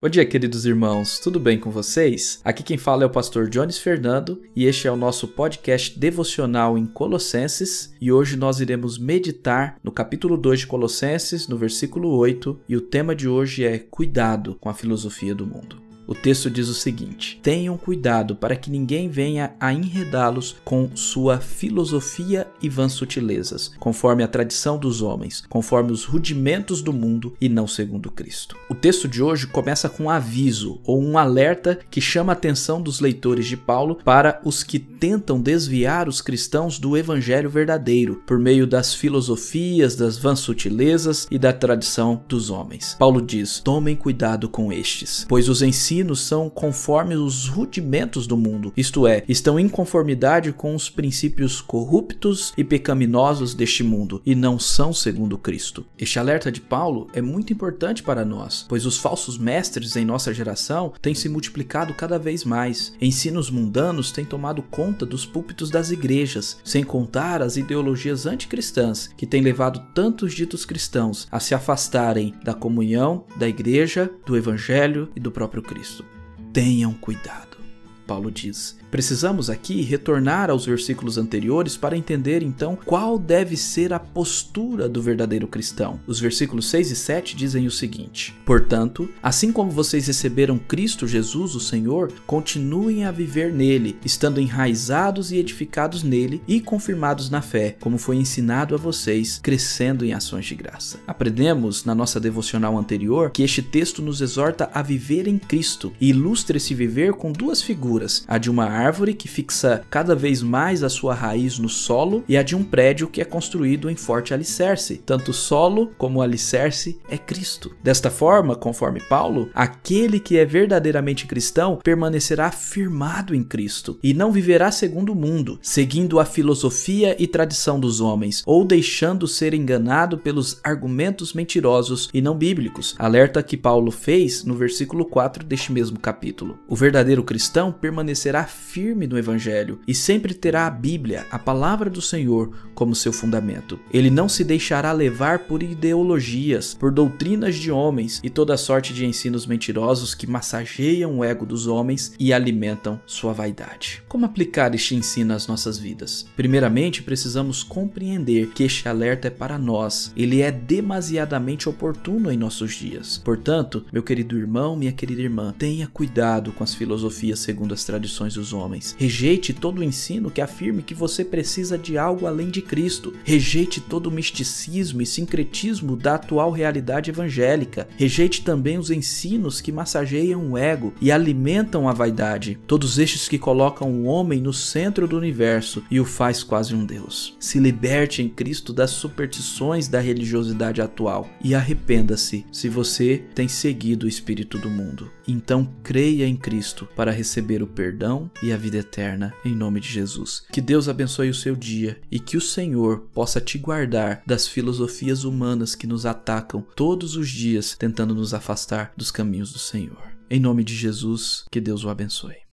Bom dia, queridos irmãos, tudo bem com vocês? Aqui quem fala é o pastor Jones Fernando e este é o nosso podcast devocional em Colossenses e hoje nós iremos meditar no capítulo 2 de Colossenses, no versículo 8, e o tema de hoje é Cuidado com a filosofia do mundo. O texto diz o seguinte: tenham cuidado para que ninguém venha a enredá-los com sua filosofia e vãs sutilezas, conforme a tradição dos homens, conforme os rudimentos do mundo e não segundo Cristo. O texto de hoje começa com um aviso ou um alerta que chama a atenção dos leitores de Paulo para os que tentam desviar os cristãos do evangelho verdadeiro por meio das filosofias, das vãs sutilezas e da tradição dos homens. Paulo diz: tomem cuidado com estes, pois os ensinos são conforme os rudimentos do mundo, isto é, estão em conformidade com os princípios corruptos e pecaminosos deste mundo, e não são segundo Cristo. Este alerta de Paulo é muito importante para nós, pois os falsos mestres em nossa geração têm se multiplicado cada vez mais. Ensinos mundanos têm tomado conta dos púlpitos das igrejas, sem contar as ideologias anticristãs, que têm levado tantos ditos cristãos a se afastarem da comunhão, da igreja, do evangelho e do próprio Cristo. Tenham cuidado, Paulo diz. Precisamos aqui retornar aos versículos anteriores para entender então qual deve ser a postura do verdadeiro cristão. Os versículos 6 e 7 dizem o seguinte: portanto, assim como vocês receberam Cristo Jesus, o Senhor, continuem a viver nele, estando enraizados e edificados nele e confirmados na fé, como foi ensinado a vocês, crescendo em ações de graça. Aprendemos na nossa devocional anterior que este texto nos exorta a viver em Cristo e ilustra esse viver com duas figuras: a de uma árvore que fixa cada vez mais a sua raiz no solo e a de um prédio que é construído em forte alicerce. Tanto o solo como o alicerce é Cristo. Desta forma, conforme Paulo, aquele que é verdadeiramente cristão permanecerá firmado em Cristo e não viverá segundo o mundo, seguindo a filosofia e tradição dos homens, ou deixando ser enganado pelos argumentos mentirosos e não bíblicos. Alerta que Paulo fez no versículo 4 deste mesmo capítulo. O verdadeiro cristão permanecerá firme no evangelho e sempre terá a Bíblia, a palavra do Senhor, como seu fundamento. Ele não se deixará levar por ideologias, por doutrinas de homens e toda sorte de ensinos mentirosos que massageiam o ego dos homens e alimentam sua vaidade. Como aplicar este ensino às nossas vidas? Primeiramente, precisamos compreender que este alerta é para nós. Ele é demasiadamente oportuno em nossos dias. Portanto, meu querido irmão, minha querida irmã, tenha cuidado com as filosofias segundo as tradições dos homens. Rejeite todo o ensino que afirme que você precisa de algo além de Cristo. Rejeite todo o misticismo e sincretismo da atual realidade evangélica. Rejeite também os ensinos que massageiam o ego e alimentam a vaidade. Todos estes que colocam o homem no centro do universo e o faz quase um Deus. Se liberte em Cristo das superstições da religiosidade atual e arrependa-se se você tem seguido o espírito do mundo. Então creia em Cristo para receber o perdão e a vida eterna, em nome de Jesus. Que Deus abençoe o seu dia e que o Senhor possa te guardar das filosofias humanas que nos atacam todos os dias, tentando nos afastar dos caminhos do Senhor. Em nome de Jesus, que Deus o abençoe.